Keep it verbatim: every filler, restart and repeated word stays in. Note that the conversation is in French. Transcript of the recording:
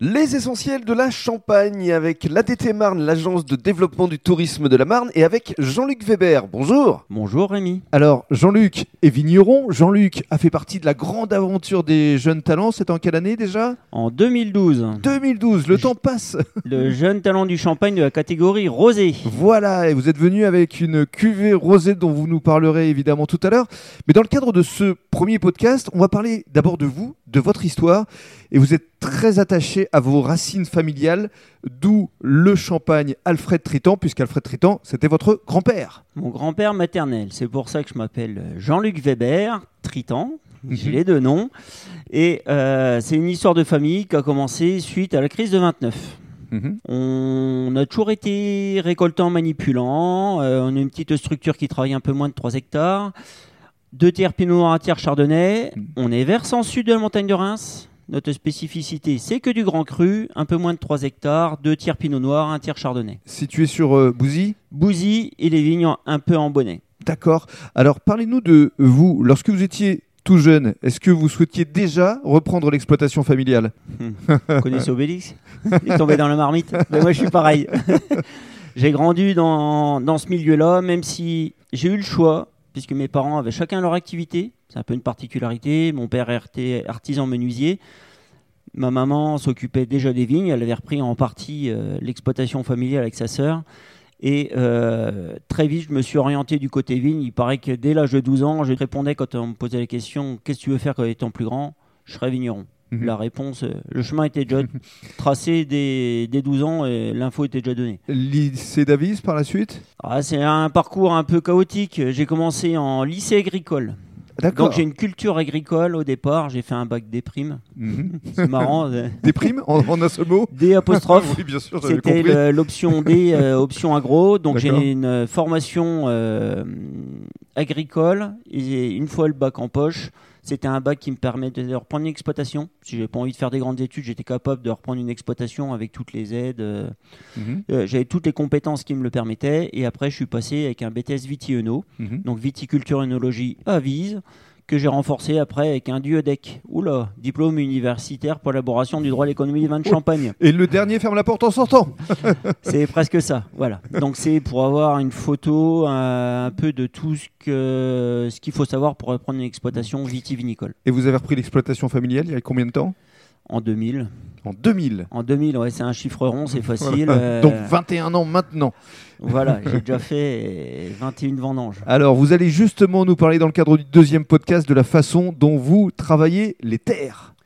Les essentiels de la Champagne avec l'A D T Marne, l'agence de développement du tourisme de la Marne, et avec Jean-Luc Weber. Bonjour. Bonjour Rémi. Alors, Jean-Luc est vigneron. Jean-Luc a fait partie de la grande aventure des jeunes talents. C'est en quelle année déjà ? En deux mille douze. deux mille douze, le temps passe. Le jeune talent du Champagne de la catégorie rosé. Voilà, et vous êtes venu avec une cuvée rosée dont vous nous parlerez évidemment tout à l'heure. Mais dans le cadre de ce premier podcast, on va parler d'abord de vous, de votre histoire. Et vous êtes très attaché à vos racines familiales, d'où le champagne Alfred Tritan, puisqu'Alfred Tritan, c'était votre grand-père. Mon grand-père maternel. C'est pour ça que je m'appelle Jean-Luc Weber, Tritan. J'ai Mhm. les deux noms. Et euh, c'est une histoire de famille qui a commencé suite à la crise de vingt-neuf. Mhm. On a toujours été récoltant, manipulant. Euh, on a une petite structure qui travaille un peu moins de trois hectares. Deux tiers Pinot Noir, un tiers Chardonnay. Mhm. On est versant sud de la montagne de Reims. Notre spécificité, c'est que du grand cru, un peu moins de trois hectares, deux tiers Pinot Noir, un tiers Chardonnay. Situé sur euh, Bouzy. Bouzy et les vignes un peu en bonnet. D'accord. Alors, parlez-nous de vous. Lorsque vous étiez tout jeune, est-ce que vous souhaitiez déjà reprendre l'exploitation familiale ? Vous connaissez Obélix ? Il est tombé dans la marmite. Mais moi, je suis pareil. J'ai grandi dans, dans ce milieu-là, même si j'ai eu le choix, puisque mes parents avaient chacun leur activité. C'est un peu une particularité. Mon père était artisan menuisier. Ma maman s'occupait déjà des vignes. Elle avait repris en partie euh, l'exploitation familiale avec sa sœur. Et euh, très vite, je me suis orienté du côté vigne. Il paraît que dès l'âge de douze ans, je répondais quand on me posait la question « Qu'est-ce que tu veux faire quand étant plus grand ?» Je serais vigneron. Mhm. La réponse, euh, le chemin était déjà tracé dès, dès douze ans et l'info était déjà donnée. Lycée Davies par la suite ? Ah, c'est un parcours un peu chaotique. J'ai commencé en lycée agricole. D'accord. Donc j'ai une culture agricole au départ. J'ai fait un bac D prime. Mhm. C'est marrant. euh, Des primes en, en un seul mot ? D apostrophe. Oui, bien sûr, j'avais C'était compris. le- l'option D, euh, option agro. Donc D'accord. j'ai une formation euh, agricole. Et une fois le bac en poche, c'était un bac qui me permettait de reprendre une exploitation. Si j'avais pas envie de faire des grandes études, j'étais capable de reprendre une exploitation avec toutes les aides. euh, Mhm. euh, j'avais toutes les compétences qui me le permettaient. Et après, je suis passé avec un B T S Viti-Eno, Mhm. donc viticulture œnologie à Vise, que j'ai renforcé après avec un duodec. Oula, diplôme universitaire pour l'élaboration du droit à l'économie des vins de Oh. Champagne. Et le dernier ferme la porte en sortant. C'est presque ça, voilà. Donc c'est pour avoir une photo euh, un peu de tout ce que ce qu'il faut savoir pour reprendre une exploitation vitivinicole. Et vous avez repris l'exploitation familiale il y a combien de temps ? En deux mille. En deux mille. En deux mille, ouais, c'est un chiffre rond, c'est facile. Voilà. euh, Donc vingt et un ans maintenant. Voilà, j'ai déjà fait vingt et une vendanges. Alors, vous allez justement nous parler dans le cadre du deuxième podcast de la façon dont vous travaillez les terres.